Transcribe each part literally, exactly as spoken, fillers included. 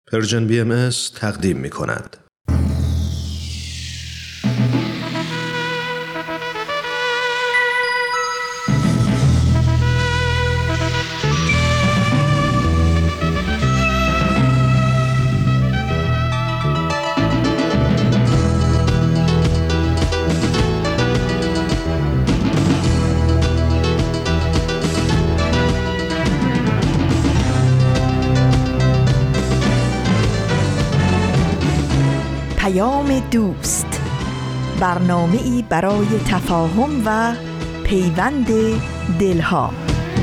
پرژن بی ام اس تقدیم می کند. دوست، برنامه‌ای برای تفاهم و پیوند دلها.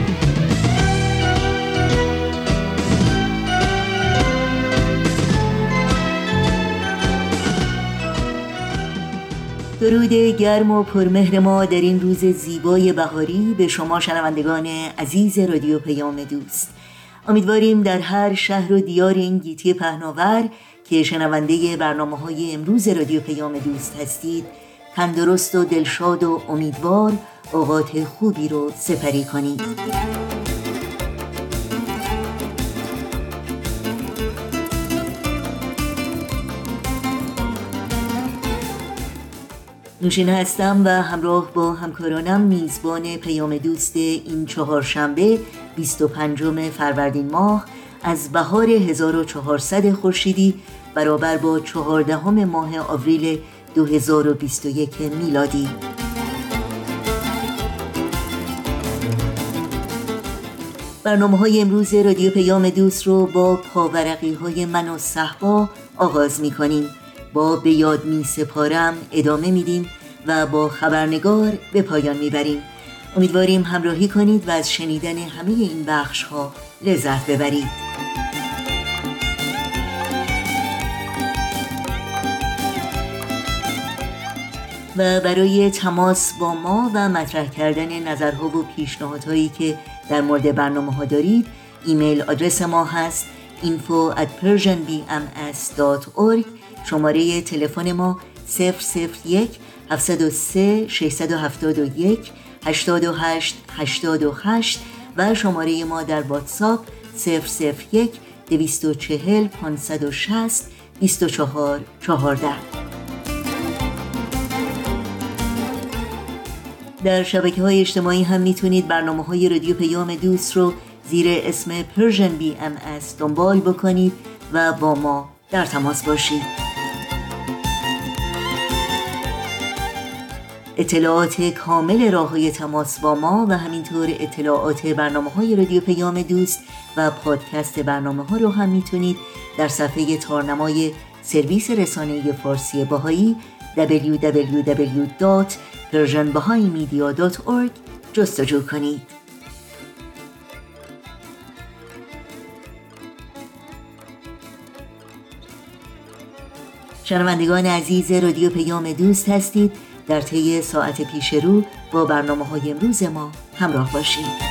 درود گرم و پرمهر ما در این روز زیبای بهاری به شما شنوندگان عزیز رادیو پیام دوست. امیدواریم در هر شهر و دیار این گیتی پهناور که شنونده برنامه‌های امروز رادیو پیام دوست هستید تندرست و دلشاد و امیدوار اوقات خوبی رو سپری کنید. نوشین هستم و همراه با همکارانم میزبان پیام دوست این چهارشنبه بیست و پنجم فروردین ماه از بهار هزار و چهارصد خورشیدی برابر با چهاردهم ماه آوریل دو هزار و بیست و یک میلادی. برنامه‌های امروز رادیو پیام دوست رو با پاورقی‌های من و صحبا آغاز می‌کنیم. با به یاد می سپارم ادامه میدیم و با خبرنگار به پایان میبریم. امیدواریم همراهی کنید و از شنیدن همه این بخش‌ها لذت ببرید. و برای تماس با ما و مطرح کردن نظرها و پیشنهادهایی که در مورد برنامه‌ها دارید، ایمیل آدرس ما هست info at persian b m s dot org. شماره تلفن ما صفر صفر یک هفت صفر سه شش هفت یک هشت هشت هشت هشت و شماره ما در واتساپ صفر صفر یک دویست و چهل پانصد و شصت بیست و چهار چهارده. در شبکه‌های اجتماعی هم میتونید برنامه‌های رادیو پیام دوست رو زیر اسم پرژن بی ام اس دنبال بکنید و با ما در تماس باشید. اطلاعات کامل راه‌های تماس با ما و همینطور اطلاعات برنامه‌های رادیو پیام دوست و پادکست برنامه‌ها رو هم میتونید در صفحه تارنمای سرویس رسانه فارسی بهایی دبلیو دبلیو دبلیو دات پرژن بهایی مدیا دات اورگ جستجو کنید. شنوندگان عزیز رادیو پیام دوست هستید. در طی ساعت پیش رو با برنامه‌های امروز ما همراه باشید.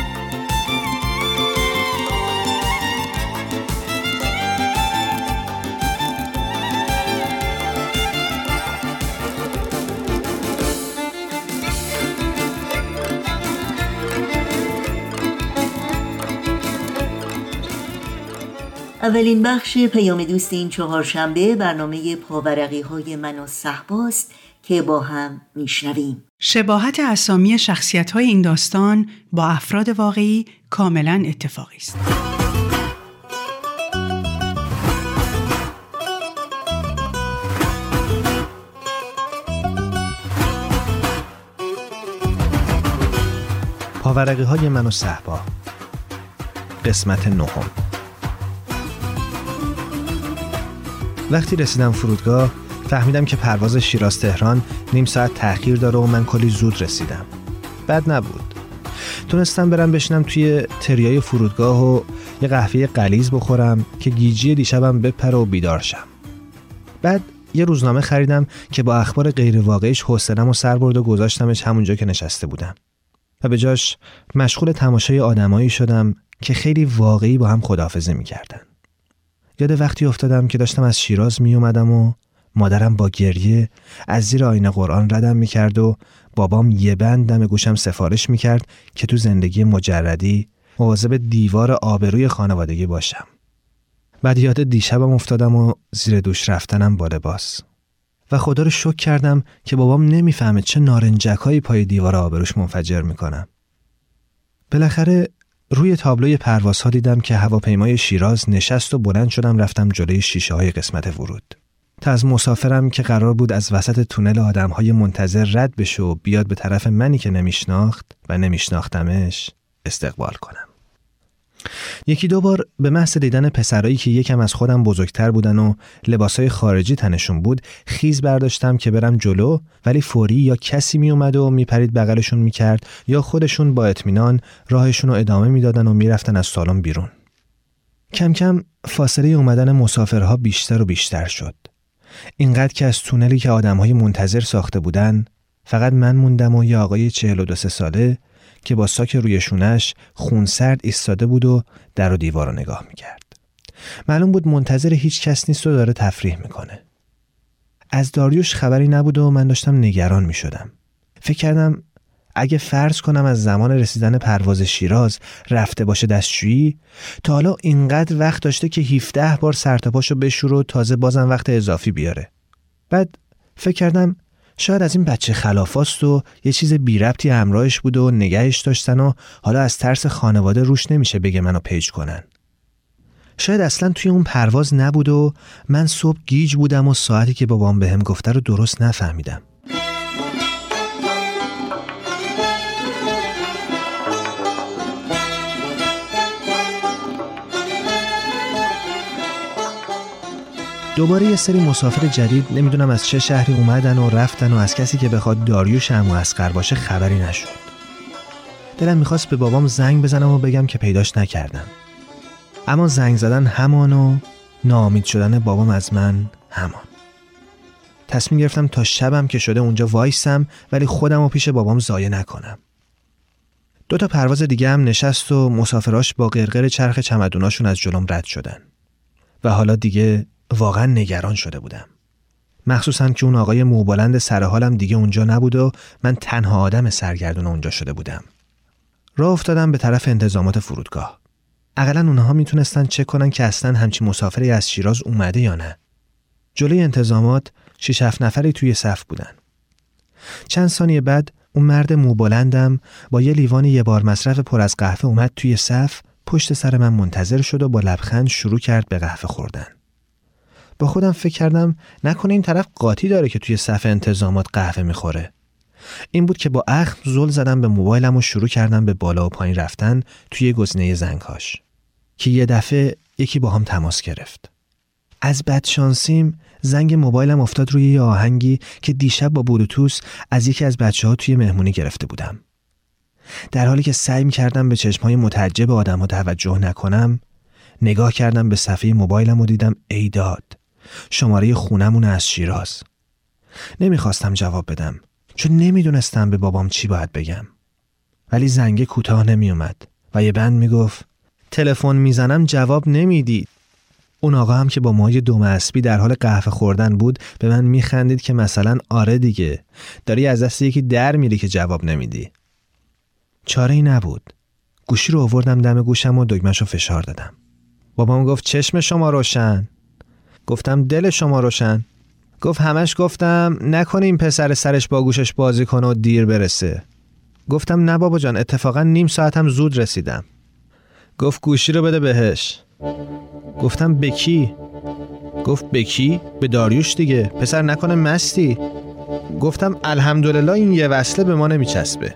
اولین بخش پیام دوست این چهارشنبه برنامه پاورقی‌های من و صحباست که با هم میشنویم. شباهت اسامی شخصیت‌های این داستان با افراد واقعی کاملاً اتفاقی است. پاورقی‌های من و صحبا، قسمت نهم. وقتی رسیدم فرودگاه فهمیدم که پرواز شیراز تهران نیم ساعت تأخیر داره و من کلی زود رسیدم. بد نبود. تونستم برم بشینم توی تریای فرودگاه و یه قهوه غلیظ بخورم که گیجی دیشبم بپره و بیدار شم. بعد یه روزنامه خریدم که با اخبار غیر واقعیش حوصله‌مو سر برد و گذاشتمش همونجا که نشسته بودم. و به جاش مشغول تماشای آدمایی شدم که خیلی واقعی با هم خداحافظی می‌کردن. یاد وقتی افتادم که داشتم از شیراز می اومدم و مادرم با گریه از زیر آینه قرآن ردم می کرد و بابام یه بند دم گوشم سفارش می کرد که تو زندگی مجردی مواظب دیوار آبروی خانوادگی باشم. بعد یاد دیشبم افتادم و زیر دوش رفتنم با لباس. و خدا رو شکر کردم که بابام نمیفهمه چه نارنجکایی پای دیوار آبروش منفجر میکنم. بالاخره روی تابلوی پروازها دیدم که هواپیمای شیراز نشست و بلند شدم رفتم جلوی شیشه های قسمت ورود. تا از مسافرم که قرار بود از وسط تونل آدمهای منتظر رد بشه و بیاد به طرف منی که نمیشناخت و نمیشناختمش استقبال کنم. یکی دو بار به محض دیدن پسرایی که یکم از خودم بزرگتر بودن و لباسای خارجی تنشون بود خیز برداشتم که برم جلو، ولی فوری یا کسی می اومد و میپرید بغلشون میکرد یا خودشون با اطمینان راهشون رو ادامه میدادن و میرفتن از سالن بیرون. کم کم فاصله اومدن مسافرها بیشتر و بیشتر شد. اینقدر که از تونلی که آدمهای منتظر ساخته بودن فقط من موندم و یه آقای چهل و دو ساله که با ساک روی شونش خونسرد ایستاده بود و در و دیوار رو نگاه میکرد. معلوم بود منتظر هیچ کس نیست و داره تفریح میکنه. از داریوش خبری نبود و من داشتم نگران میشدم. فکر کردم اگه فرض کنم از زمان رسیدن پرواز شیراز رفته باشه دستشویی، تا حالا اینقدر وقت داشته که هفده بار سرتاپاشو بشوره و تازه بازم وقت اضافی بیاره. بعد فکر کردم شاید از این بچه خلافاست و یه چیز بی ربطی همراهش بود و نگهش داشتن و حالا از ترس خانواده روش نمیشه بگه منو پیج کنن. شاید اصلا توی اون پرواز نبود و من صبح گیج بودم و ساعتی که بابام بهم گفته رو درست نفهمیدم. دوباره یه سری مسافر جدید نمیدونم از چه شهری اومدن و رفتن و از کسی که بخواد داریوش عمو اصغر باشه خبری نشد. دلم میخواست به بابام زنگ بزنم و بگم که پیداش نکردم. اما زنگ زدن همان و ناامید شدن بابام از من همان. تصمیم گرفتم تا شبم که شده اونجا وایسم ولی خودم رو پیش بابام ضایع نکنم. دو تا پرواز دیگه هم نشست و مسافراش با قرقر چرخ چمدوناشون از جلوم رد شدن. و حالا دیگه واقعا نگران شده بودم. مخصوصا که اون آقای موبلند سرحالم دیگه اونجا نبود و من تنها آدم سرگردون اونجا شده بودم. راه افتادم به طرف انتظامات فرودگاه. اقلا اونها میتونستن چک کنن که اصلا همچین مسافری از شیراز اومده یا نه. جلوی انتظامات شش هفت نفری توی صف بودن. چند ثانیه بعد اون مرد موبلندم با یه لیوان یه بار مصرف پر از قهوه اومد توی صف، پشت سر من منتظر شد و با لبخند شروع کرد به قهوه خوردن. با خودم فکر کردم نکنه این طرف قاطی داره که توی صف انتظامات قهوه میخوره. این بود که با اخم زل زدم به موبایلم و شروع کردم به بالا و پایین رفتن توی گزینه زنگ‌هاش که یه دفعه یکی با هم تماس گرفت. از بدشانسیم زنگ موبایلم افتاد روی یه آهنگی که دیشب با بلوتوث از یکی از بچه‌ها توی مهمونی گرفته بودم. در حالی که سعی می‌کردم به چشم‌های متعجب آدم‌ها توجه نکنم، نگاه کردم به صفحه موبایلم و دیدم ای داد، شماره خونمون از شیراز. نمیخواستم جواب بدم چون نمیدونستم به بابام چی باید بگم. ولی زنگ کوتاه نمی اومد و یه بند میگفت تلفن میزنم جواب نمیدید. اون آقا هم که با موهای دم اسبی در حال قهوه خوردن بود به من میخندید که مثلا آره دیگه داری از دست یکی در میری که جواب نمیدی. چاره ای نبود. گوشی رو آوردم دم گوشم و دکمه‌شو فشار دادم. بابام گفت چشم شما روشن. گفتم دل شما روشن. گفت همش گفتم نکنه این پسر سرش با گوشش بازی کنه و دیر برسه. گفتم نه بابا جان، اتفاقا نیم ساعتم زود رسیدم. گفت گوشی رو بده بهش. گفتم به کی؟ گفت به کی؟ به داریوش دیگه، پسر نکنه مستی. گفتم الحمدلله این یه وصله به ما نمیچسبه.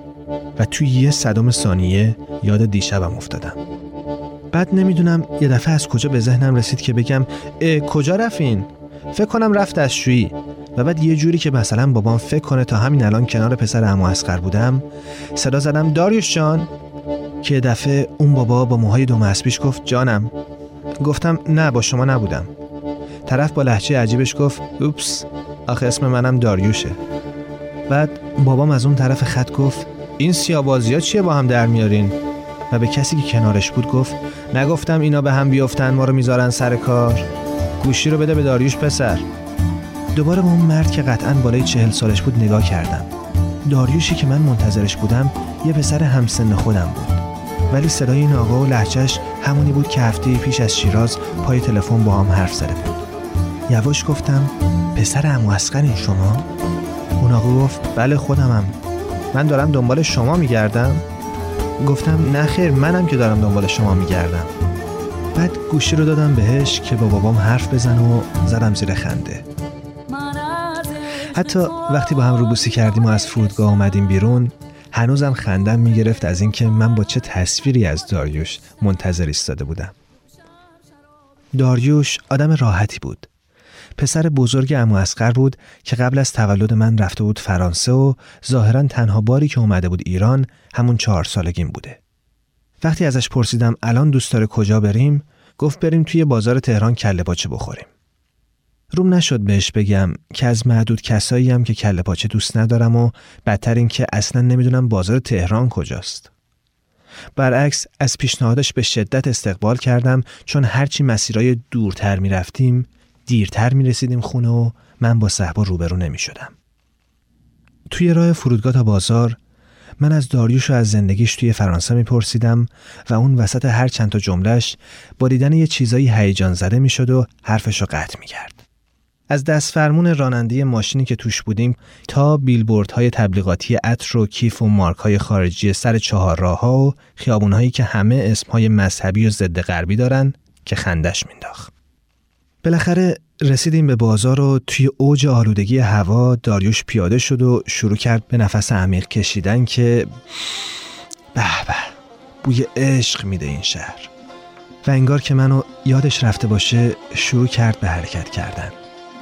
و توی یه صدم ثانیه یاد دیشبم افتادم. بعد نمیدونم یه دفعه از کجا به ذهنم رسید که بگم اه کجا رفتین؟ فکر کنم رفت دستشویی. و بعد یه جوری که مثلا بابام فکر کنه تا همین الان کنار پسر عمو اصغر بودم صدا زدم داریوش جان، که یه دفعه اون بابا با موهای دم اسبیش گفت جانم. گفتم نه با شما نبودم. طرف با لهجه عجیبش گفت اوپس آخه اسم منم داریوشه. بعد بابام از اون طرف خط گفت این سیاه‌بازی‌ها چیه با هم در میارین؟ و به کسی که کنارش بود گفت نگفتم اینا به هم بیافتن ما رو میذارن سر کار. گوشی رو بده به داریوش پسر. دوباره به اون مرد که قطعاً بالای چهل سالش بود نگاه کردم. داریوشی که من منتظرش بودم یه پسر همسن خودم بود، ولی صدای این آقا و لهجه‌اش همونی بود که هفته پیش از شیراز پای تلفن با هم حرف زده بود. یواش گفتم پسر عمو اصغر این شما؟ اون آقا گفت بله خودمم. من دارم دنبال شما میگردم؟ گفتم نه خیر، منم که دارم دنبال شما میگردم. بعد گوشی رو دادم بهش که با بابام حرف بزن و زدم زیر خنده. حتی وقتی با هم روبوسی کردیم و از فرودگاه اومدیم بیرون، هنوزم خندم میگرفت از اینکه من با چه تصویری از داریوش منتظر ایستاده بودم. داریوش آدم راحتی بود. پسر بزرگ عمو اصغر بود که قبل از تولد من رفته بود فرانسه و ظاهراً تنها باری که اومده بود ایران همون چهار سالگیم بوده. وقتی ازش پرسیدم الان دوست داره کجا بریم، گفت بریم توی بازار تهران کله پاچه بخوریم. روم نشد بهش بگم که از معدود کسایی هم که کله پاچه دوست ندارم و بدتر این که اصلا نمیدونم بازار تهران کجاست. برعکس از پیشنهادش به شدت استقبال کردم، چون هرچی مسیرهای دورتر میرفتیم دیرتر میرسیدیم خونه و من با صحبا روبرو نمیشدم. توی راه فرودگاه تا بازار من از داریوش و از زندگیش توی فرانسه میپرسیدم و اون وسط هر چند تا جملهش با دیدن یه چیزایی هیجان زده میشد و حرفشو قطع میکرد. از دست فرمون راننده ماشینی که توش بودیم تا بیلبوردهای تبلیغاتی عطر و کیف و مارکهای خارجی سر چهارراه‌ها و خیابونهایی که همه اسمهای مذهبی و ضد غربی دارن که خندش مینداخت. بالاخره رسیدیم به بازار و توی اوج آلودگی هوا داریوش پیاده شد و شروع کرد به نفس عمیق کشیدن که به به بوی عشق میده این شهر. و انگار که منو یادش رفته باشه شروع کرد به حرکت کردن.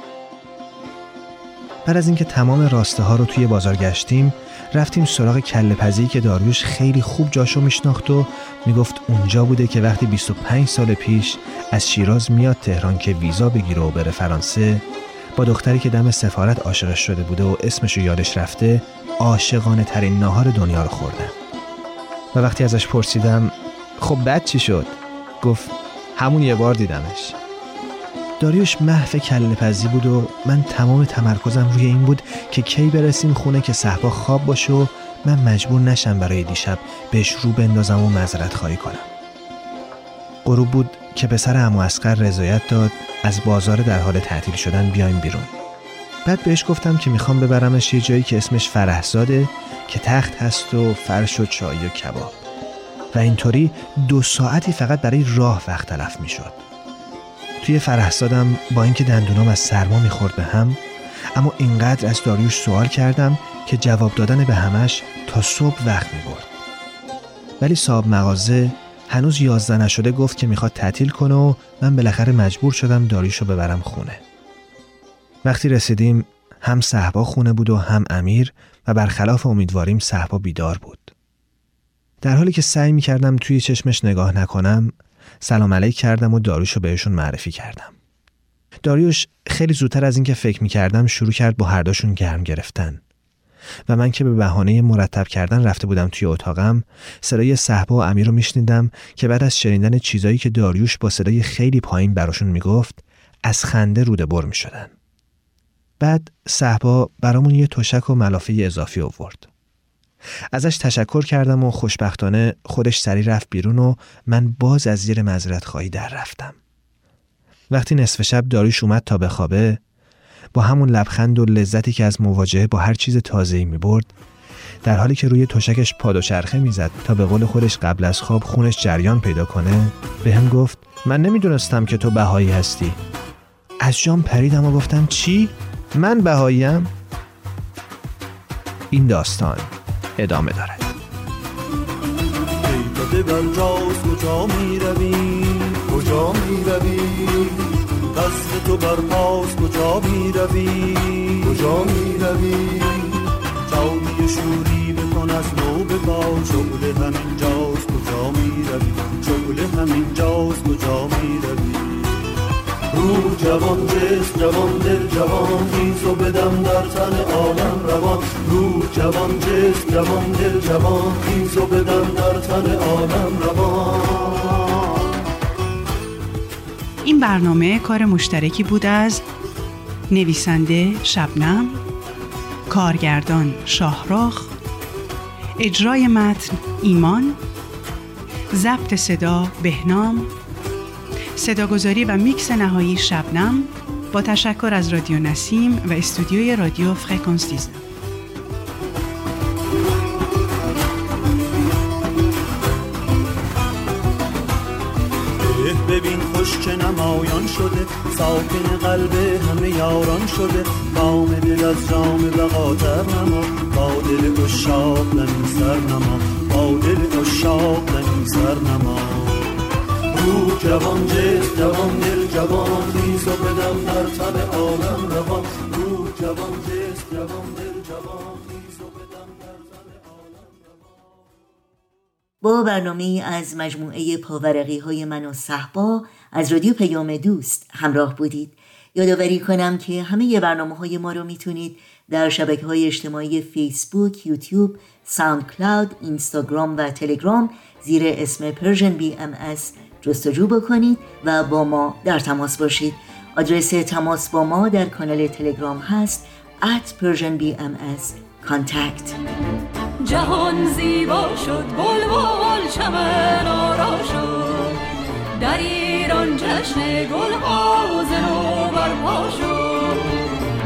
بعد از اینکه تمام راسته ها رو توی بازار گشتیم، رفتیم سراغ کله پزی که داریوش خیلی خوب جاشو میشناخت و میگفت اونجا بوده که وقتی بیست و پنج سال پیش از شیراز میاد تهران که ویزا بگیره و بره فرانسه، با دختری که دم سفارت عاشقش شده بوده و اسمشو یادش رفته عاشقانه ترین ناهار دنیا رو خوردن. و وقتی ازش پرسیدم خب بعد چی شد؟ گفت همون یه بار دیدمش. داریوش محو کله پزی بود و من تمام تمرکزم روی این بود که کی برسیم خونه که صحبا خواب باشه و من مجبور نشم برای دیشب بهش رو بندازم و معذرت خواهی کنم. غروب بود که پسر عمو اصغر رضایت داد از بازار در حال تعطیل شدن بیایم بیرون. بعد بهش گفتم که میخوام ببرمش یه جایی که اسمش فرحزاده که تخت هست و فرش و چای و کباب. و اینطوری دو ساعتی فقط برای راه وقت تلف میشد. توی فرحزادم با اینکه دندونام از سرما میخورد به هم، اما اینقدر از داریوش سوال کردم که جواب دادن به همش تا صبح وقت میبرد. ولی صاحب مغازه هنوز یازده نشده گفت که میخواد تعطیل کنه و من بالاخره مجبور شدم داریوشو ببرم خونه. وقتی رسیدیم هم صحبا خونه بود و هم امیر و برخلاف امیدواریم صحبا بیدار بود. در حالی که سعی میکردم توی چشمش نگاه نکنم، سلام علیک کردم و داریوشو بهشون معرفی کردم. داریوش خیلی زودتر از این که فکر میکردم شروع کرد با هر دوشون گرم گرفتن و من که به بهانه مرتب کردن رفته بودم توی اتاقم، صدای صحبا و امیر رو میشنیدم که بعد از شنیدن چیزایی که داریوش با صدای خیلی پایین براشون میگفت از خنده روده بر میشدن. بعد صحبا برامون یه تشک و ملافه اضافی آورد. ازش تشکر کردم و خوشبختانه خودش سری رفت بیرون و من باز از زیر معذرت خواهی در رفتم. وقتی نصف شب داریوش اومد تا بخوابه، با همون لبخند و لذتی که از مواجهه با هر چیز تازه‌ای می‌برد، در حالی که روی تشکش پاد و چرخه میزد تا به قول خودش قبل از خواب خونش جریان پیدا کنه، بهم گفت من نمیدونستم که تو بهایی هستی. از جام پریدم و گفتم چی؟ من بهاییم؟ این داستان ادامه دارد. ای برجاست کجا می روی کجا می روی قصد تو برپاست کجا می روی کجا می روی جامی شوری بکن از نو بپا شغل همین جاست کجا می روی شغل همین جاست کجا می روی روح جوان جسم جوان دل جوان خیزو بدم در تن عالم روان روح جوان جسم جوان دل جوان خیزو بدم در تن عالم روان. این برنامه کار مشترکی بود از نویسنده شبنم، کارگردان شاهرخ، اجرای متن ایمان، ضبط صدا بهنام، صداگذاری و میکس نهایی شبنم، با تشکر از رادیو نسیم و استودیوی رادیو فرکانس دیزن. ببین خوش چه نمایان شده، ساکن قلب همه یاران شده، کام دل از جام بقاتر نما، با دل عشاق دمی سر نما، با دل عشاق دمی سر نما. روح جوان، جسم جوان، دل جوان، خیز و بدم در تن عالم روان. روح جوان، جسم جوان، دل جوان، خیز و بدم در تن عالم روان. با برنامه از مجموعه پاورقی های من و صحبا از رادیو پیام دوست همراه بودید. یادآوری کنم که همه برنامه های ما رو میتونید در شبکه های اجتماعی فیسبوک، یوتیوب، ساوند کلاود، اینستاگرام و تلگرام زیر اسم پرژن بی ام اس جستجو بکنید و با ما در تماس باشید. آدرس تماس با ما در کانال تلگرام هست ات پرژن بی ام اس کانتکت. جهان زیبا شد، بلبل چمن آرا شد، در ایران جشن گل ها ز نو برپا شد.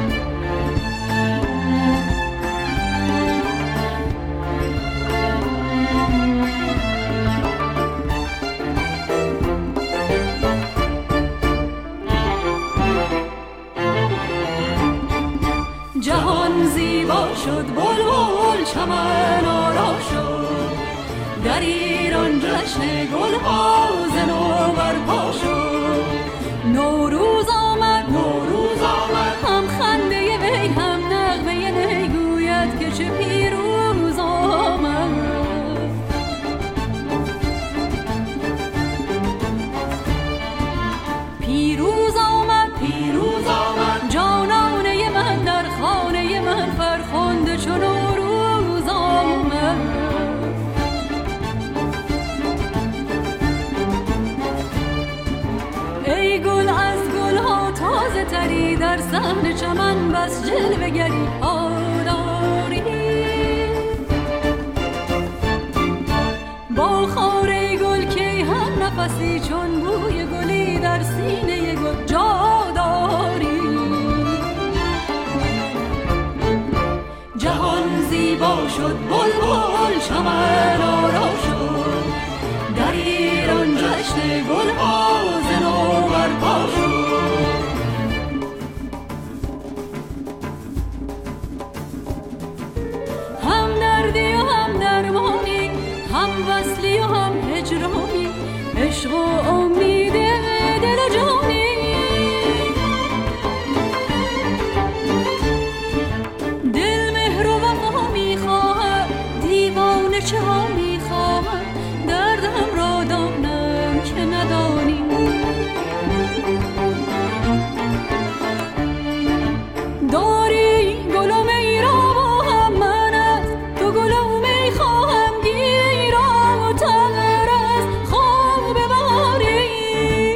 جهان زیبا شد، بلبل چمن آرا شد، در ایران جشن گل ها ز نو برپا شد. نوروز آمد، نوروز آمد، هم خنده وی هم نغمه نی گوید که چه پیروز آمد. پیروز آمد، پیروز آمد، جانانه من در خانه من فرخنده چون نوروز آمد. ای گل از گل ها تازه تری، در صحن چمن بس جلوه گری آداری. با خاره گل که هم نفسی، چون بوی گلی در سینه گل جا داری. جهان زیبا شد، بلبل چمن آرا شد، در ایران جشن گل ها ز نو برپا شد. هم دردی و هم درمانی، هم وصلی و هم هجرانی، عشق و امید دل و جانی. دل مهر و وفا میخواهد، دیوانه چه ها میخواهد، دردم را دانم که ندانی. داری گل و می را با هم من از تو، گل و می خواهم گیرم و تر از خواب بباری.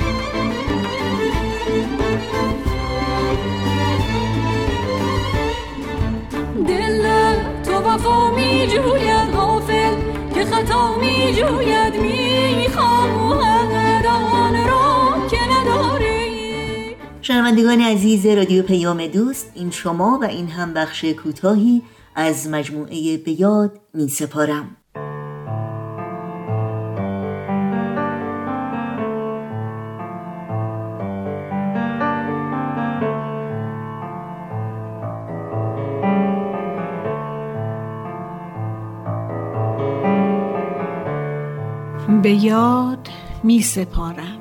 دل تو وفا می جوید، غافل که خطا می جوید، می خواهد آن را که نداری. شنوندگان عزیز رادیو پیام دوست، این شما و این هم بخش کوتاهی از مجموعه به یاد می سپارم. به یاد می سپارم.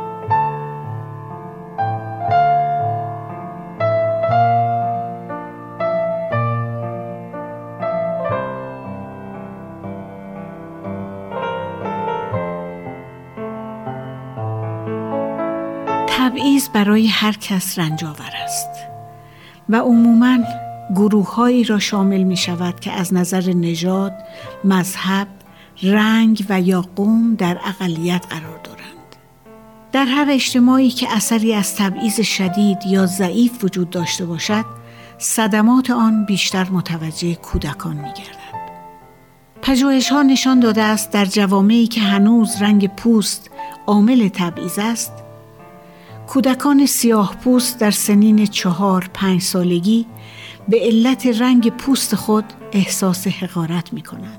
تبعیض برای هر کس رنجاور است و عموماً گروه‌هایی را شامل می شود که از نظر نژاد، مذهب، رنگ و یا قوم در اقلیت قرار دارند. در هر اجتماعی که اثری از تبعیض شدید یا ضعیف وجود داشته باشد، صدمات آن بیشتر متوجه کودکان می گردد. پژوهش‌ها نشان داده است در جوامعی که هنوز رنگ پوست عامل تبعیض است، کودکان سیاه پوست در سنین چهار پنج سالگی به علت رنگ پوست خود احساس حقارت می کنند.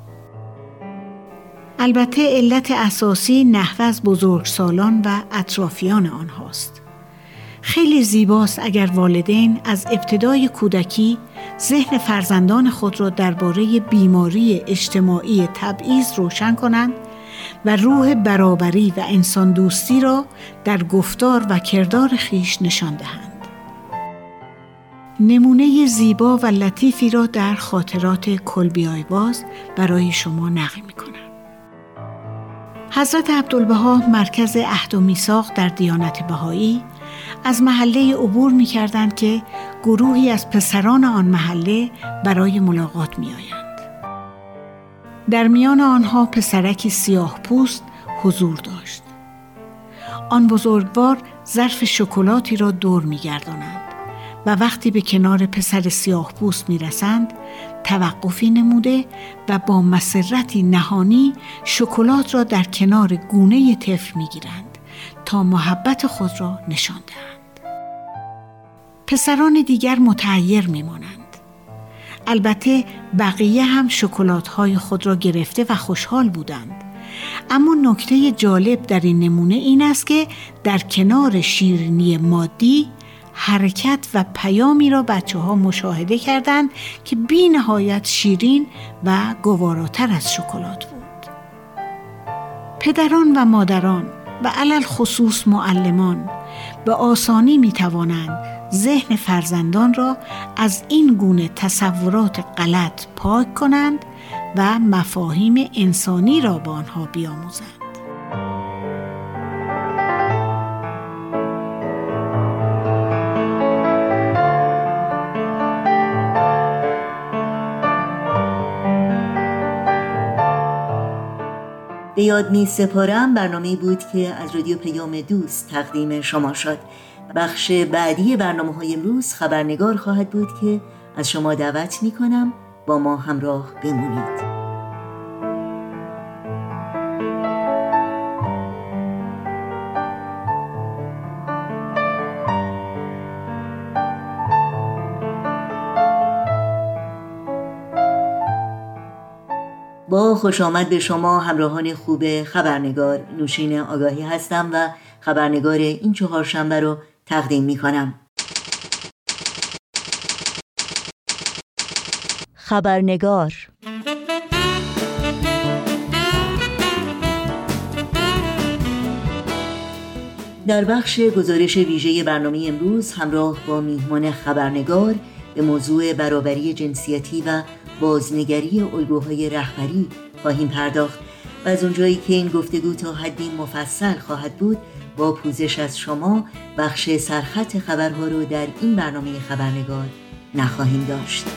البته علت اساسی نحوه از بزرگسالان و اطرافیان آنهاست. خیلی زیباست اگر والدین از ابتدای کودکی ذهن فرزندان خود را درباره بیماری اجتماعی تبعیض روشن کنند و روح برابری و انسان دوستی را در گفتار و کردار خیش نشان دهند. نمونه زیبا و لطیفی را در خاطرات کلبی آیواز برای شما نقل می‌کنم. حضرت عبدالبها مرکز عهد و میثاق در دیانت بهایی از محله عبور می‌کردند که گروهی از پسران آن محله برای ملاقات می‌آیند. در میان آنها پسرکی سیاه پوست حضور داشت. آن بزرگوار ظرف شکلاتی را دور می‌گردانند و وقتی به کنار پسر سیاه پوست می‌رسند توقفی نموده و با مسرتی نهانی شکلات را در کنار گونه طفل می‌گیرند تا محبت خود را نشان دهند. پسران دیگر متحیر می‌مانند. البته بقیه هم شکلات‌های خود را گرفته و خوشحال بودند. اما نکته جالب در این نمونه این است که در کنار شیرینی مادی حرکت و پیامی را بچه‌ها مشاهده کردند که بی نهایت شیرین و گواراتر از شکلات بود. پدران و مادران و علل خصوص معلمان به آسانی می توانند ذهن فرزندان را از این گونه تصورات غلط پاک کنند و مفاهیم انسانی را با آنها بیاموزند. به یاد می سپارم برنامه‌ای بود که از رادیو پیام دوست تقدیم شما شد. بخش بعدی برنامه‌های امروز خبرنگار خواهد بود که از شما دعوت می کنم با ما همراه بمونید. با خوش آمد به شما همراهان خوب خبرنگار. نوشین آگاهی هستم و خبرنگار این چهارشنبه رو تقدیم می کنم. خبرنگار در بخش گزارش ویژه برنامه امروز همراه با میهمان خبرنگار به موضوع برابری جنسیتی و بازنگری الگوهای رهبری خواهیم پرداخت و از اونجایی که این گفتگو تا حدی مفصل خواهد بود با پوزش از شما بخش سرخط خبرها رو در این برنامه خبرنگار نخواهیم داشت.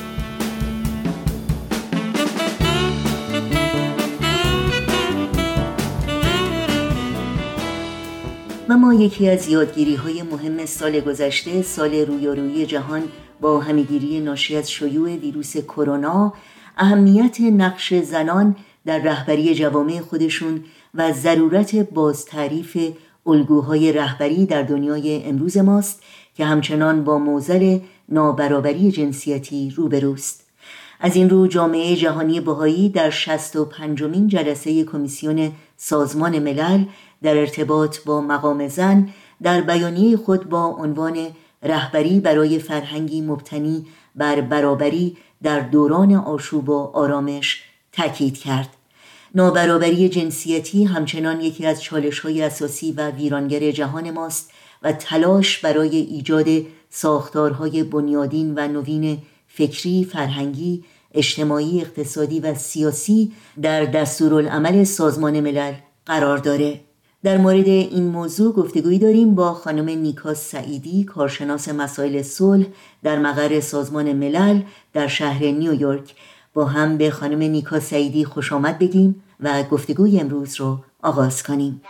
و ما یکی از یادگیری‌های مهم سال گذشته، سال رویارویی جهان با همه‌گیری ناشی از شیوع ویروس کرونا، اهمیت نقش زنان در رهبری جوامع خودشون و ضرورت بازتعریف الگوهای رهبری در دنیای امروز ماست که همچنان با معضل نابرابری جنسیتی روبروست. از این رو جامعه جهانی بهایی در شصت و پنجمین جلسه کمیسیون سازمان ملل در ارتباط با مقام زن در بیانیه خود با عنوان رهبری برای فرهنگی مبتنی بر برابری در دوران آشوب و آرامش تاکید کرد. نابرابری جنسیتی همچنان یکی از چالش‌های اساسی و ویرانگر جهان ماست و تلاش برای ایجاد ساختارهای بنیادین و نوین فکری، فرهنگی، اجتماعی، اقتصادی و سیاسی در دستورالعمل سازمان ملل قرار داره. در مورد این موضوع گفتگویی داریم با خانم نیکا سعیدی، کارشناس مسائل صلح در مقر سازمان ملل در شهر نیویورک. با هم به خانم نیکا سعیدی خوش آمد بگیم و گفتگوی امروز رو آغاز کنیم.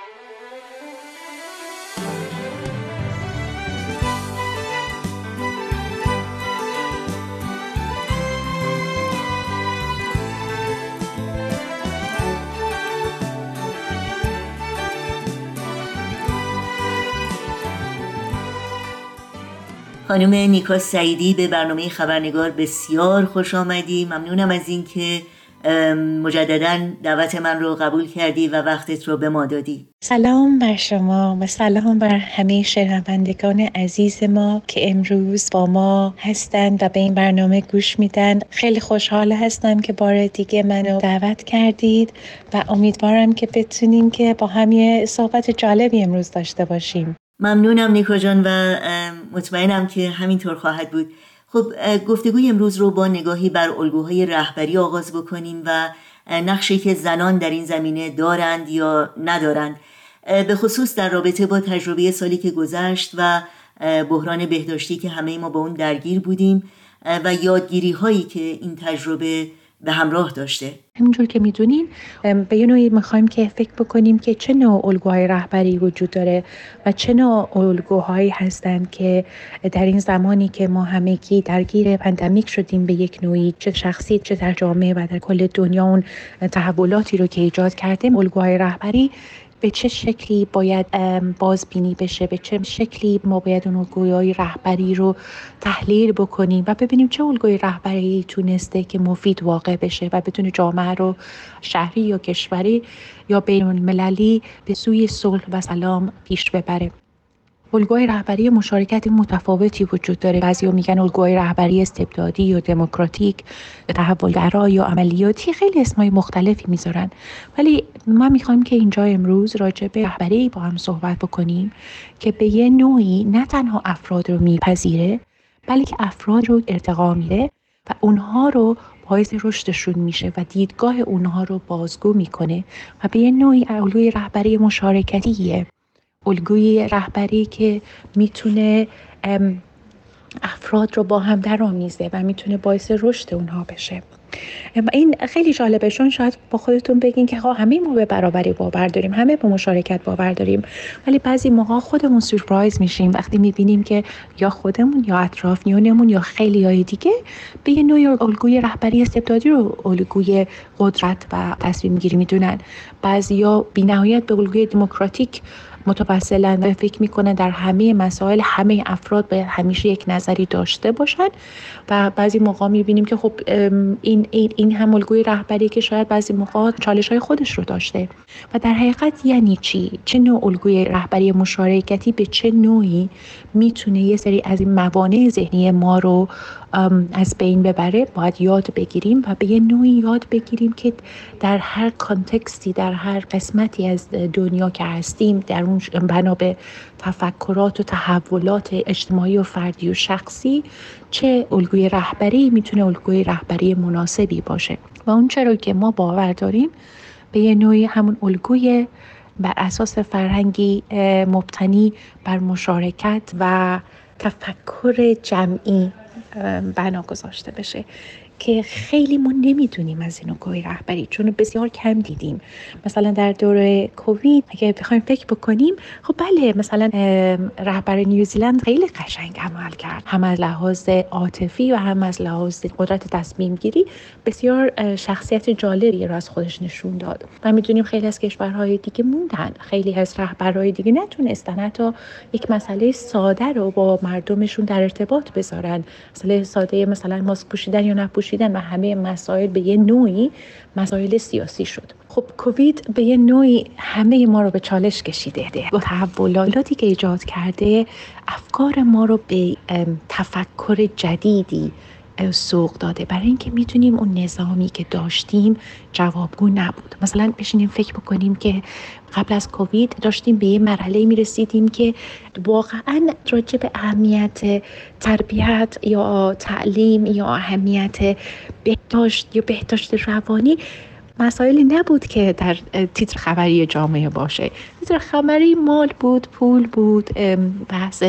خانم نیکا سعیدی به برنامه خبرنگار بسیار خوش آمدی. ممنونم از این که مجدداً دعوت من رو قبول کردی و وقتت رو به ما دادی. سلام بر شما و سلام بر همه شنوندگان عزیز ما که امروز با ما هستند و به این برنامه گوش میدن. خیلی خوشحال هستم که بار دیگه منو دعوت کردید و امیدوارم که بتونیم که با هم یه صحبت جالبی امروز داشته باشیم. ممنونم نیکا جان و مطمئنم که همینطور خواهد بود. خب گفتگوی امروز رو با نگاهی بر الگوهای رهبری آغاز بکنیم و نقشی که زنان در این زمینه دارند یا ندارند، به خصوص در رابطه با تجربه سالی که گذشت و بحران بهداشتی که همه ما با اون درگیر بودیم و یادگیری هایی که این تجربه به همراه داشته. همونجور که میدونین به یه نوعی میخوایم که فکر بکنیم که چه نوع الگوهای رهبری وجود داره و چه نوع الگوهایی هستند که در این زمانی که ما همگی درگیر پاندمیک شدیم به یک نوعی، چه شخصی چه در جامعه و در کل دنیا، اون تحولاتی رو که ایجاد کردیم، الگوهای رهبری به چه شکلی باید بازبینی بشه، به چه شکلی ما باید اون الگوهای رهبری رو تحلیل بکنیم و ببینیم چه الگوی رهبری تونسته که مفید واقع بشه و بتونه جامعه رو شهری یا کشوری یا بین المللی به سوی صلح و سلام پیش ببره. الگوهای رهبری مشارکت متفاوتی وجود داره. بعضیا میگن الگوهای رهبری استبدادی یا دموکراتیک، تحولگرا یا عملیاتی، خیلی اسمای مختلفی میذارن. ولی ما میخوایم که اینجا امروز راجع به رهبری با هم صحبت بکنیم که به یه نوعی نه تنها افراد رو میپذیره، بلکه افراد رو ارتقا میده و اونها رو باعث رشدشون میشه و دیدگاه اونها رو بازگو میکنه و به یه نوعی الگوی رهبری مشارکتیه. الگوی رهبری که میتونه افراد رو با هم درآمیزه و میتونه باعث رشد اونها بشه. این خیلی جالبه، چون شاید با خودتون بگین که همه ما به برابری باور داریم، همه به مشارکت باور داریم، ولی بعضی موقع خودمون سورپرایز میشیم وقتی میبینیم که یا خودمون یا اطرافیانمون یا خیلی های دیگه به یه نوع الگوی رهبری استبدادی رو الگوی قدرت و تصمیم گیری میدونن. بعضیا بی‌نهایت به الگوی دموکراتیک متوسلن و فکر میکنن در همه مسائل همه افراد به همیشه یک نظری داشته باشن و بعضی موقع میبینیم که خب این این هم الگوی رهبری که شاید بعضی موقع چالش های خودش رو داشته. و در حقیقت یعنی چی؟ چه نوع الگوی رهبری مشارکتی به چه نوعی میتونه یه سری از این موانع ذهنی ما رو از بین ببره؟ باید یاد بگیریم و به یه نوعی یاد بگیریم که در هر کانتکستی، در هر قسمتی از دنیا که هستیم، در اون بنا به تفکرات و تحولات اجتماعی و فردی و شخصی، چه الگوی رهبری میتونه الگوی رهبری مناسبی باشه. و اون چرا که ما باور داریم به یه نوعی همون الگوی بر اساس فرهنگی مبتنی بر مشارکت و تفکر جمعی بنا گذاشته بشه که خیلی ما نمیدونیم از این الگوی رهبری، چون بسیار کم دیدیم. مثلا در دوره کووید اگه بخوایم فکر بکنیم، خب بله مثلا رهبر نیوزیلند خیلی قشنگ عمل کرد، هم از لحاظ عاطفی و هم از لحاظ قدرت تصمیم گیری بسیار شخصیت جالبی رو از خودش نشون داد. و میدونیم خیلی از کشورهای دیگه موندن، خیلی از رهبرهای دیگه نتونستن حتی یک مسئله ساده رو با مردمشون در ارتباط بذارن. مسئله ساده مثلا ماسک پوشیدن یا نپوشیدن و همه مسائل به یه نوعی مسائل سیاسی شد. خب کووید به یه نوعی همه ما رو به چالش کشیده. با تحولاتی که ایجاد کرده افکار ما رو به تفکر جدیدی سوق داده، برای اینکه میتونیم اون نظامی که داشتیم جوابگو نبود. مثلا بشینیم فکر بکنیم که قبل از کووید داشتیم به یه مرحله میرسیدیم که واقعا راجع به اهمیت تربیت یا تعلیم یا اهمیت بهداشت یا بهداشت روانی مسائلی نبود که در تیتر خبری جامعه باشه. تیتر خبری مال بود، پول بود، بحث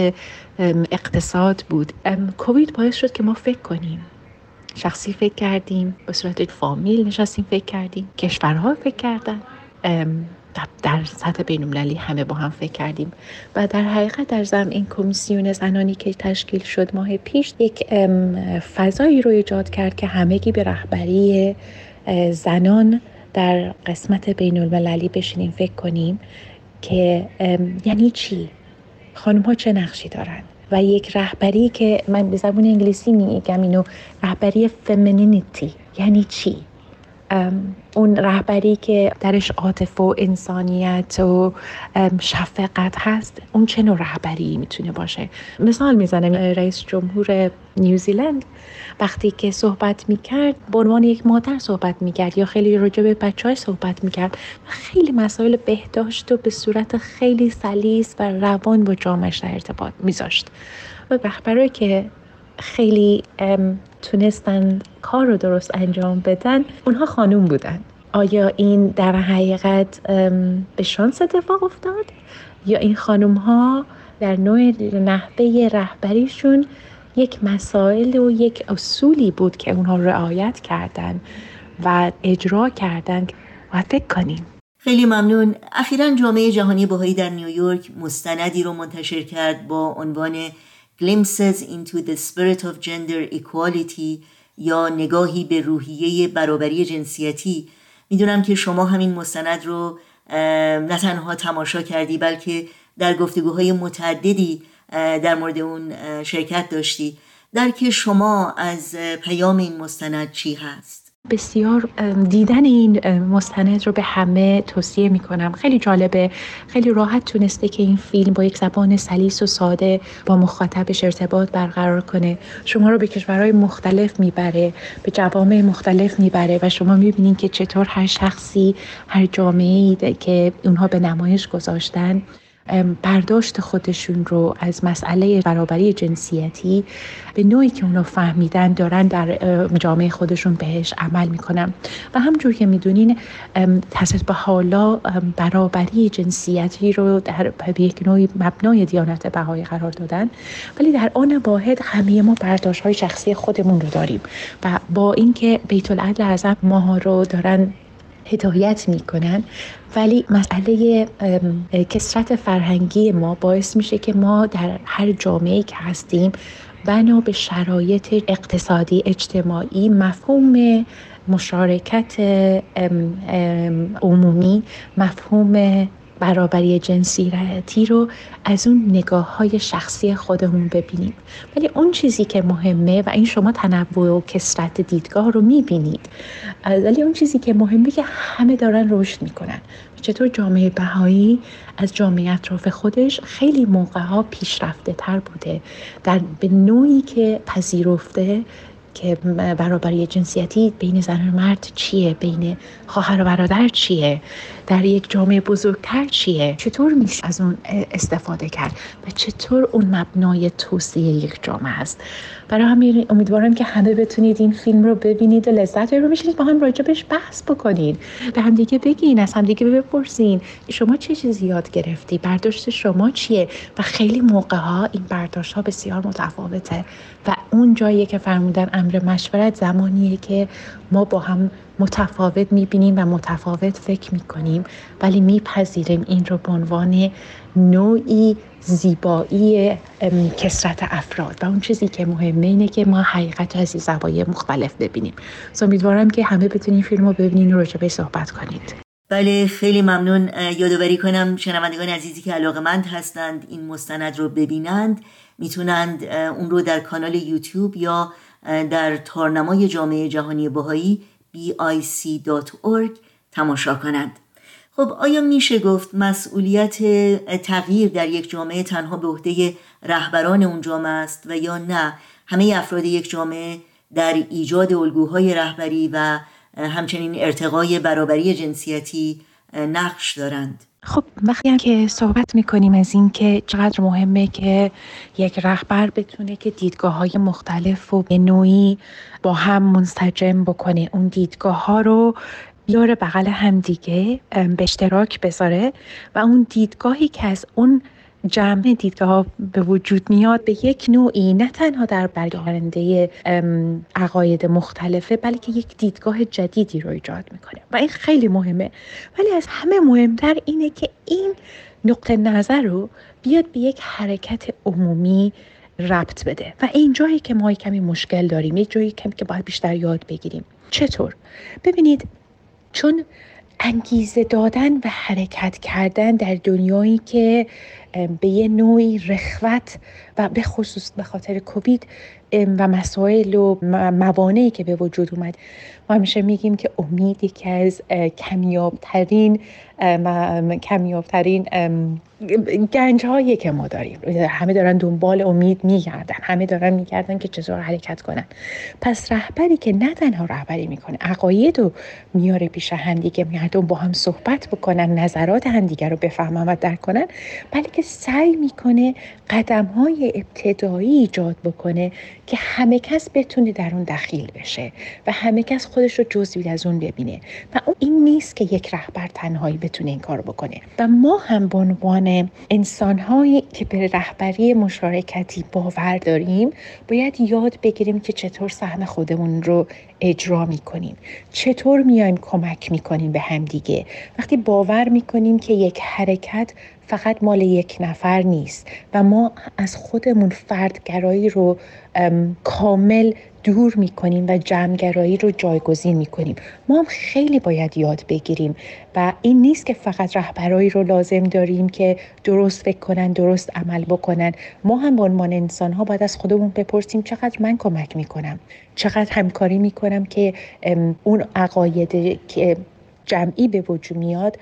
اقتصاد بود. کووید باعث شد که ما فکر کنیم، شخصی فکر کردیم، به صورت فامیل نشستیم فکر کردیم، کشورها فکر کردن، در سطح بین‌المللی همه با هم فکر کردیم. و در حقیقت در ضمن این کمیسیون زنانی که تشکیل شد ماه پیش یک فضایی رو ایجاد کرد که همگی به رهبری زنان در قسمت بین‌المللی بشینیم فکر کنیم که یعنی چی؟ خانم ها چه نقشی دارن و یک رهبری که من به زبان انگلیسی میگم اینو، رهبری فمینینیتی. یعنی چی؟ اون رهبری که درش عاطفه و انسانیت و شفقت هست، اون چه نوع رهبری میتونه باشه؟ مثال میزنم، رئیس جمهور نیوزیلند وقتی که صحبت میکرد به عنوان یک مادر صحبت میکرد یا خیلی راجع به بچه‌هاش صحبت میکرد، خیلی مسائل بهداشت و به صورت خیلی سلیس و روان با جامعه‌اش در ارتباط میذاشت. و رهبرایی که خیلی تونستن کار رو درست انجام بدن، اونها خانوم بودن. آیا این در حقیقت به شانس اتفاق افتاد یا این خانوم ها در نوع نحوه رهبریشون یک مسائل و یک اصولی بود که اونها رعایت کردن و اجرا کردن؟ و فکر کنیم. خیلی ممنون. اخیراً جامعه جهانی بهایی در نیویورک مستندی رو منتشر کرد با عنوان Glimpses into the Spirit of Gender Equality یا نگاهی به روحیه برابری جنسیتی. میدونم که شما همین مستند رو نه تنها تماشا کردی بلکه در گفتگوهای متعددی در مورد اون شرکت داشتی. درک شما از پیام این مستند چی هست؟ بسیار دیدن این مستند رو به همه توصیه میکنم. خیلی جالبه، خیلی راحت تونسته که این فیلم با یک زبان سلیس و ساده با مخاطبش ارتباط برقرار کنه. شما رو به کشورهای مختلف میبره، به جوامع مختلف میبره و شما میبینین که چطور هر شخصی، هر جامعه‌ای که اونها به نمایش گذاشتن برداشت خودشون رو از مسئله برابری جنسیتی به نوعی که اونو فهمیدن دارن در جامعه خودشون بهش عمل میکنن. و همجور که میدونین حضرت بهاءالله برابری جنسیتی رو در یک نوعی مبنای دیانت بهایی قرار دادن، ولی در آن واحد همه ما برداشت های شخصی خودمون رو داریم و با اینکه بیت العدل اعظم ما رو دارن هدایت میکنن، ولی مسئله کثرت فرهنگی ما باعث میشه که ما در هر جامعه‌ای که هستیم بنا به شرایط اقتصادی اجتماعی مفهوم مشارکت عمومی، مفهوم برابری جنسیتی رو از اون نگاه‌های شخصی خودمون ببینیم. ولی اون چیزی که مهمه و این شما تنوع و کثرت دیدگاه رو می‌بینید، ولی اون چیزی که مهمه که همه دارن رشد میکنن. چطور جامعه بهایی از جامعه اطراف خودش خیلی موقع‌ها پیشرفته تر بوده در به نوعی که پذیرفته که برابری جنسیتی بین زن و مرد چیه، بین خواهر و برادر چیه، در یک جامعه بزرگتر چیه، چطور میشه از اون استفاده کرد و چطور اون مبنای توسعه یک جامعه است. برای همین امیدوارم که همه بتونید این فیلم رو ببینید و لذت رو ببرید، با هم راجبش بحث بکنید، به هم دیگه بگین، از هم دیگه بپرسین شما چه چیزی یاد گرفتی، برداشت شما چیه. و خیلی موقع‌ها این برداشت‌ها بسیار متفاوته و اون جایی که فرمودن امر مشورت زمانیه که ما با هم متفاوت می‌بینیم و متفاوت فکر می‌کنیم، ولی می‌پذیریم این رو به عنوان نوعی زیبایی کثرت افراد و اون چیزی که مهمه اینه که ما حقیقت از زوایای مختلف ببینیم. امیدوارم که همه بتونین فیلم رو ببینین و راجعش صحبت کنید. بله، خیلی ممنون. یادآوری کنم شنوندگان عزیزی که علاقه‌مند هستند این مستند رو ببینند، میتونند اون رو در کانال یوتیوب یا در تارنمای جامعه جهانی بهایی بی آی سی دات اورگ تماشا کنند. خب آیا میشه گفت مسئولیت تغییر در یک جامعه تنها به عهده رهبران اون جامعه است و یا نه همه افراد یک جامعه در ایجاد الگوهای رهبری و همچنین ارتقای برابری جنسیتی نقش دارند؟ خب وقتی هم که صحبت میکنیم از این که چقدر مهمه که یک رهبر بتونه که دیدگاه‌های مختلف و به نوعی با هم منسجم بکنه، اون دیدگاه‌ها رو بیاره بغل هم دیگه به اشتراک بذاره و اون دیدگاهی که از اون جمع دیدگاه به وجود میاد به یک نوعی نه تنها در برآورده عقاید مختلفه بلکه یک دیدگاه جدیدی رو ایجاد میکنه و این خیلی مهمه. ولی از همه مهمتر اینه که این نقطه نظر رو بیاد به یک حرکت عمومی ربط بده و این جایی که ما کمی مشکل داریم، یک جایی کمی که باید بیشتر یاد بگیریم. چطور؟ ببینید، چون انگیزه دادن و حرکت کردن در دنیایی که به یه نوعی رخوت و به خصوص به خاطر کووید و مسائل و موانعی که به وجود اومد. ما همیشه میگیم که امید یکی از کمیابترین کمیابترین گنج هایی که ما داریم. همه دارن دنبال امید میگردن، همه دارن میگردن که چطور حرکت کنن. پس رهبری که نه تنها رهبری میکنه، عقاید رو میاره پیش همدیگه، مردم با هم صحبت بکنن، نظرات همدیگه رو بفهمن و درک کنن، بلکه سعی میکنه قدم های ابتدایی ایجاد بکنه که همه کس بتونه در اون دخیل بشه و همه کس خودش رو جزئی از اون ببینه. و اون این نیست که یک رهبر تنهایی بتونه این کار بکنه. و ما هم به عنوان انسان‌هایی که به رهبری مشارکتی باور داریم باید یاد بگیریم که چطور سهم خودمون رو اجرا می‌کنیم، چطور میایم کمک می‌کنیم به همدیگه. وقتی باور می‌کنیم که یک حرکت فقط مال یک نفر نیست و ما از خودمون فردگرایی رو کامل دور میکنیم و جمعگرایی رو جایگزین میکنیم. ما هم خیلی باید یاد بگیریم و این نیست که فقط رهبرایی رو لازم داریم که درست فکر کنن، درست عمل بکنن. ما هم به عنوان انسان ها باید از خودمون بپرسیم چقدر من کمک میکنم، چقدر همکاری میکنم که اون عقاید که جمعی به وجود میاد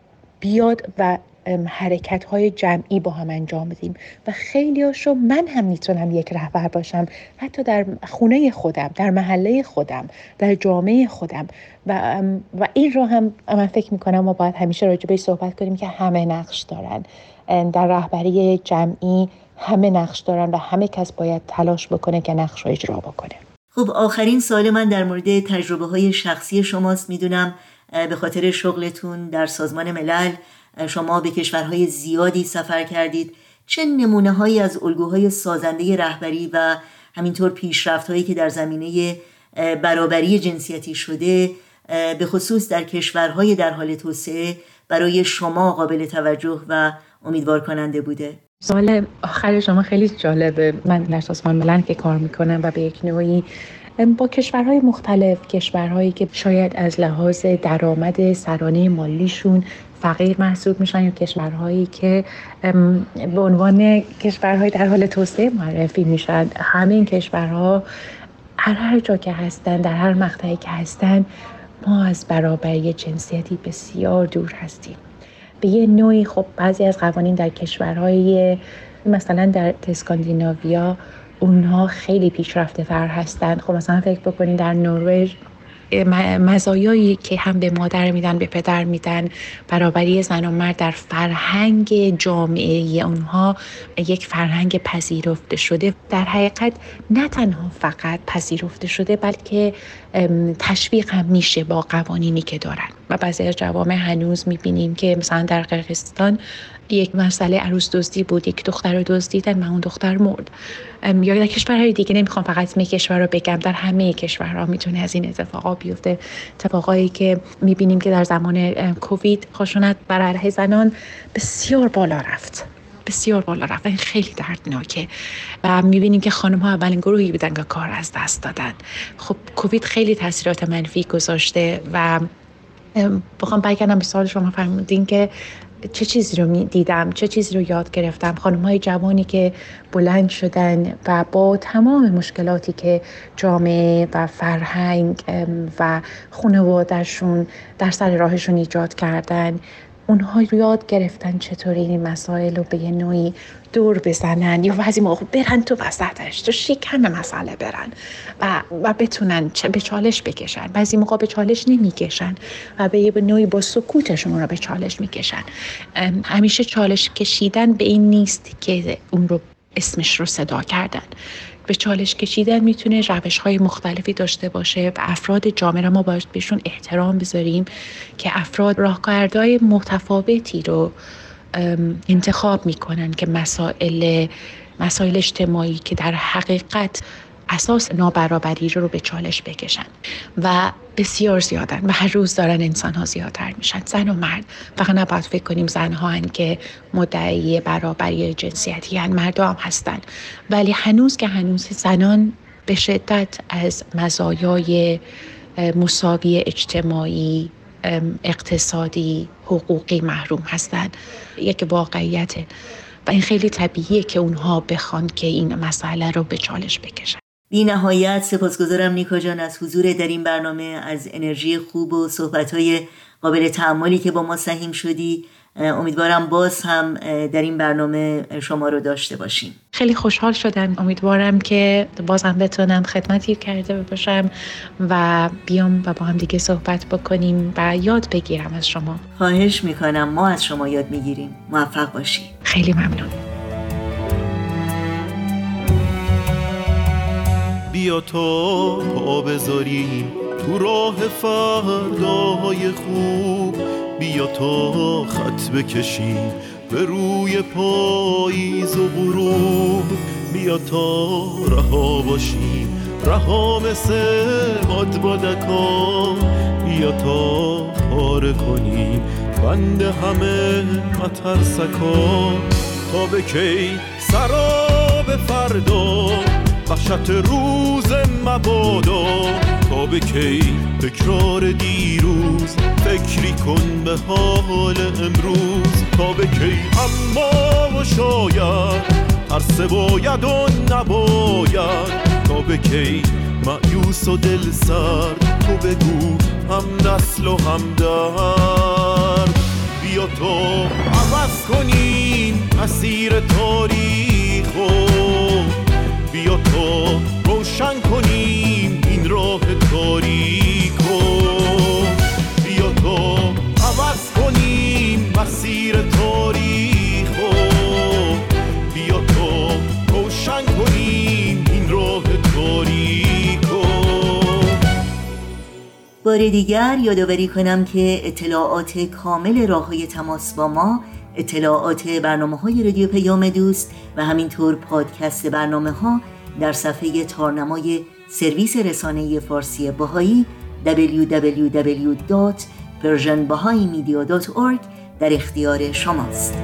بیاد و حرکت‌های جمعی با هم انجام بدیم. و خیلی هاشو من هم میتونم یک رهبر باشم، حتی در خونه خودم، در محله خودم، در جامعه خودم. و و این رو هم من فکر میکنم ما باید همیشه راجع بهش صحبت کنیم که همه نقش دارن در رهبری جمعی، همه نقش دارن و همه کس باید تلاش بکنه که نقش رو اجرا بکنه. خب آخرین سوال من در مورد تجربه های شخصی شماست. میدونم به خاطر شغلتون در سازمان ملل شما به کشورهای زیادی سفر کردید. چه نمونه هایی از الگوهای سازنده رهبری و همینطور پیشرفت هایی که در زمینه برابری جنسیتی شده به خصوص در کشورهای در حال توسعه برای شما قابل توجه و امیدوار کننده بوده؟ سوال آخر شما خیلی جالبه. من در سازمان ملل که کار میکنم و به یک نوعی با کشورهای مختلف، کشورهایی که شاید از لحاظ درآمد سرانه مالیشون فقیر محسوب میشن یا کشورهایی که به عنوان کشورهای در حال توسعه معرفی میشن، همه این کشورها هر هر جا که هستن، در هر مقطعی که هستن، ما از برابری جنسیتی بسیار دور هستیم. به یه نوعی خب بعضی از قوانین در کشورهای مثلا در اسکاندیناویا اونها خیلی پیشرفته تر هستن. خب مثلا فکر بکنید در نروژ مزایایی که هم به مادر میدن به پدر میدن، برابری زن و مرد در فرهنگ جامعه اونها یک فرهنگ پذیرفته شده، در حقیقت نه تنها فقط پذیرفته شده بلکه تشویق هم میشه با قوانینی که دارن. و بعضی از جوامع هنوز میبینیم که مثلا در قرقیزستان یک مسئله عروس دزدی بود، یک دختر رو دزدیدن و اون دختر مرد. یا در کشورهای دیگه، نمیخوام فقط اسم کشور رو بگم، در همه کشورها میتونه از این اتفاقا بیفته. اتفاقایی که میبینیم که در زمان کووید خشونت بر علیه زنان بسیار بالا رفت، بسیار بالا رفت. این خیلی دردناکه و میبینیم که خانم ها اولین گروهی بودن که کار از دست دادن. خب کووید خیلی تاثیرات منفی گذاشته و بخوام برگردم به سوال شما فرمودین که چه چیزی رو دیدم، چه چیزی رو یاد گرفتم. خانم‌های جوانی که بلند شدن و با تمام مشکلاتی که جامعه و فرهنگ و خانواده‌شون در سر راهشون ایجاد کردن، اونها یاد گرفتن چطور این مسائل رو به یه نوعی دور بزنن یا بعضی موقع برن تو وسطش، تو شکم مسئله برن و و بتونن به چالش بکشن. بعضی موقع به چالش نمیکشن و به یه نوعی با سکوتشون رو به چالش میکشن. همیشه چالش کشیدن به این نیست که اون رو اسمش رو صدا کردن. به چالش کشیدن میتونه روش‌های مختلفی داشته باشه و افراد جامعه ما باید بهشون احترام بذاریم که افراد راهکارهای متفاوتی رو انتخاب میکنن که مسائل مسائل اجتماعی که در حقیقت اساس نابرابری رو به چالش بکشن و بسیار زیادن و هر روز دارن انسان ها زیادتر میشن، زن و مرد. فقط نباید فکر کنیم زن ها هن که مدعی برابری جنسیتی هن، مرد هم هستن، ولی هنوز که هنوز زنان به شدت از مزایای مساوی اجتماعی، اقتصادی، حقوقی محروم هستن. یک واقعیته و این خیلی طبیعیه که اونها بخوان که این مسئله رو به چالش بکشن. بی نهایت سپاسگزارم نیکا جان از حضور در این برنامه، از انرژی خوب و صحبت‌های قابل تأملی که با ما سهیم شدی. امیدوارم باز هم در این برنامه شما رو داشته باشیم. خیلی خوشحال شدم. امیدوارم که باز هم بتونم خدمتی کرده باشم و بیام و با هم دیگه صحبت بکنیم و یاد بگیرم از شما. خواهش میکنم، ما از شما یاد میگیریم. موفق باشی. خیلی ممنون. بیا تا پا بذاریم تو راه فرداهای خوب، بیا تا خط بکشیم به روی پاییز و غروب، بیا تا رها باشیم رها مثل بادبادکا، بیا تا پاره کنیم بند همه مترسکا، تا به کی سراب فردا وحشت روز مبادا، تا به کی تکرار دیروز فکری کن به حال امروز، تا به کی اما و شاید ترس باید و نباید، تا به کی مایوس و دل سرد تو بگو هم نسل و هم درد، بیا تا عوض کنیم مسیر تاریخو، بیا تا روشن کنیم این راه تاریکو، بیا تا عوض کنیم مسیر تاریخو، بیا تا روشن کنیم این راه تاریکو. بار دیگر یادآوری کنم که اطلاعات کامل راه‌های تماس با ما، اطلاعات برنامه‌های رادیو پیام دوست و همینطور پادکست برنامه‌ها در صفحه تارنمای سرویس رسانه فارسی بهایی دبلیو دبلیو دبلیو دات پرژن بهایی مدیا دات اورگ در اختیار شماست.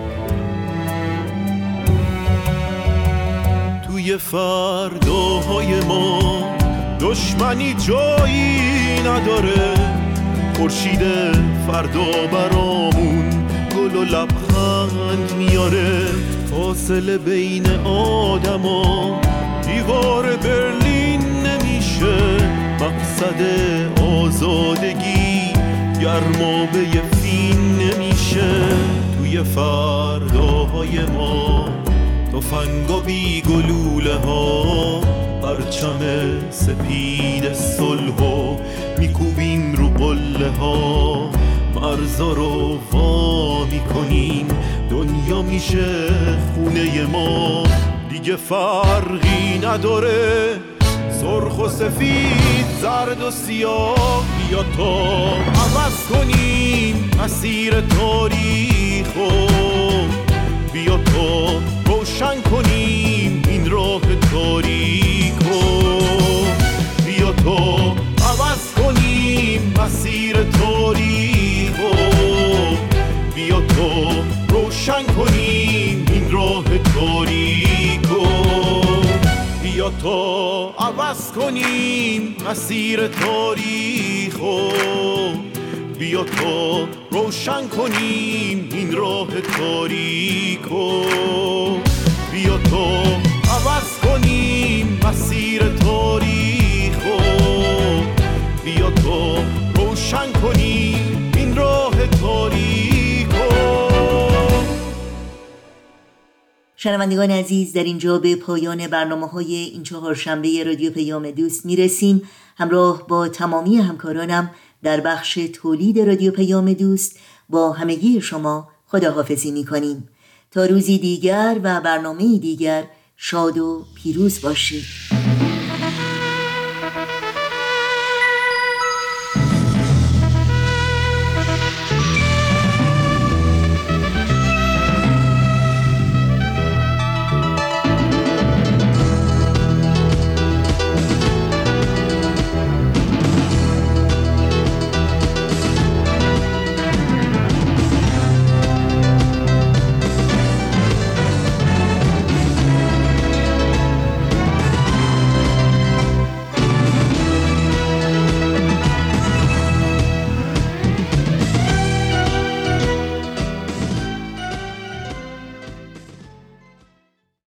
توی فرداهای ما دشمنی جایی نداره، خورشید فردا برامون گل و لبخند میاره، فاصله بین آدما دیوار برلین نمیشه، مقصد آزادگی گرمابه فین نمیشه، توی فرداهای ما تفنگ و بی گلوله ها پرچم سپید صلحو میکوبیم رو قله ها، مرزا رو وا میکنیم دنیا میشه خونه ما، دیگه فرقی نداره سرخ و سفید زرد و سیاه، بیا تا عوض کنیم مسیر تاریخو، بیا تا روشن کنیم این راه تاریکو، بیا تا عوض کنیم مسیر تاریخو، بیا تا روشن کنیم این راه تاریکو، بیا تا عوض کنیم مسیر تاریخو، بیا تا روشن کنیم این راه تاریکو، بیا تا عوض کنیم مسیر تاریخو، بیا تا روشن کنیم این راه تاریکو. شنوندگان عزیز، در اینجا به پایان برنامه‌های این چهارشنبه رادیو پیام دوست میرسیم. همراه با تمامی همکارانم در بخش تولید رادیو پیام دوست با همگی شما خداحافظی می‌کنیم. تا روزی دیگر و برنامه‌ای دیگر شاد و پیروز باشید.